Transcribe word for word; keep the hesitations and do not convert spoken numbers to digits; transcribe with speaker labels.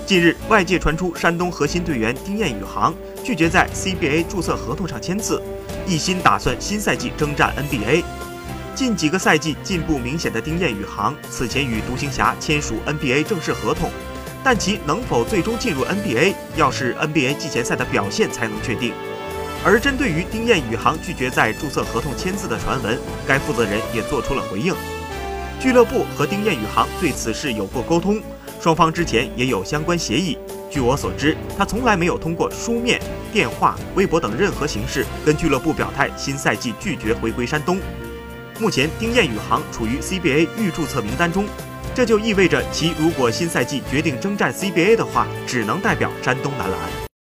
Speaker 1: 近日，外界传出山东核心队员丁彦雨航拒绝在 C B A 注册合同上签字，一心打算新赛季征战 N B A。近几个赛季进步明显的丁彦雨航，此前与独行侠签署 N B A 正式合同，但其能否最终进入 N B A， 要视 N B A 季前赛的表现才能确定。而针对于丁彦雨航拒绝在注册合同签字的传闻，该负责人也做出了回应。俱乐部和丁彦雨航对此事有过沟通，双方之前也有相关协议。据我所知，他从来没有通过书面、电话、微博等任何形式跟俱乐部表态新赛季拒绝回归山东。目前，丁彦雨航处于 C B A 预注册名单中，这就意味着其如果新赛季决定征战 C B A 的话，只能代表山东男篮。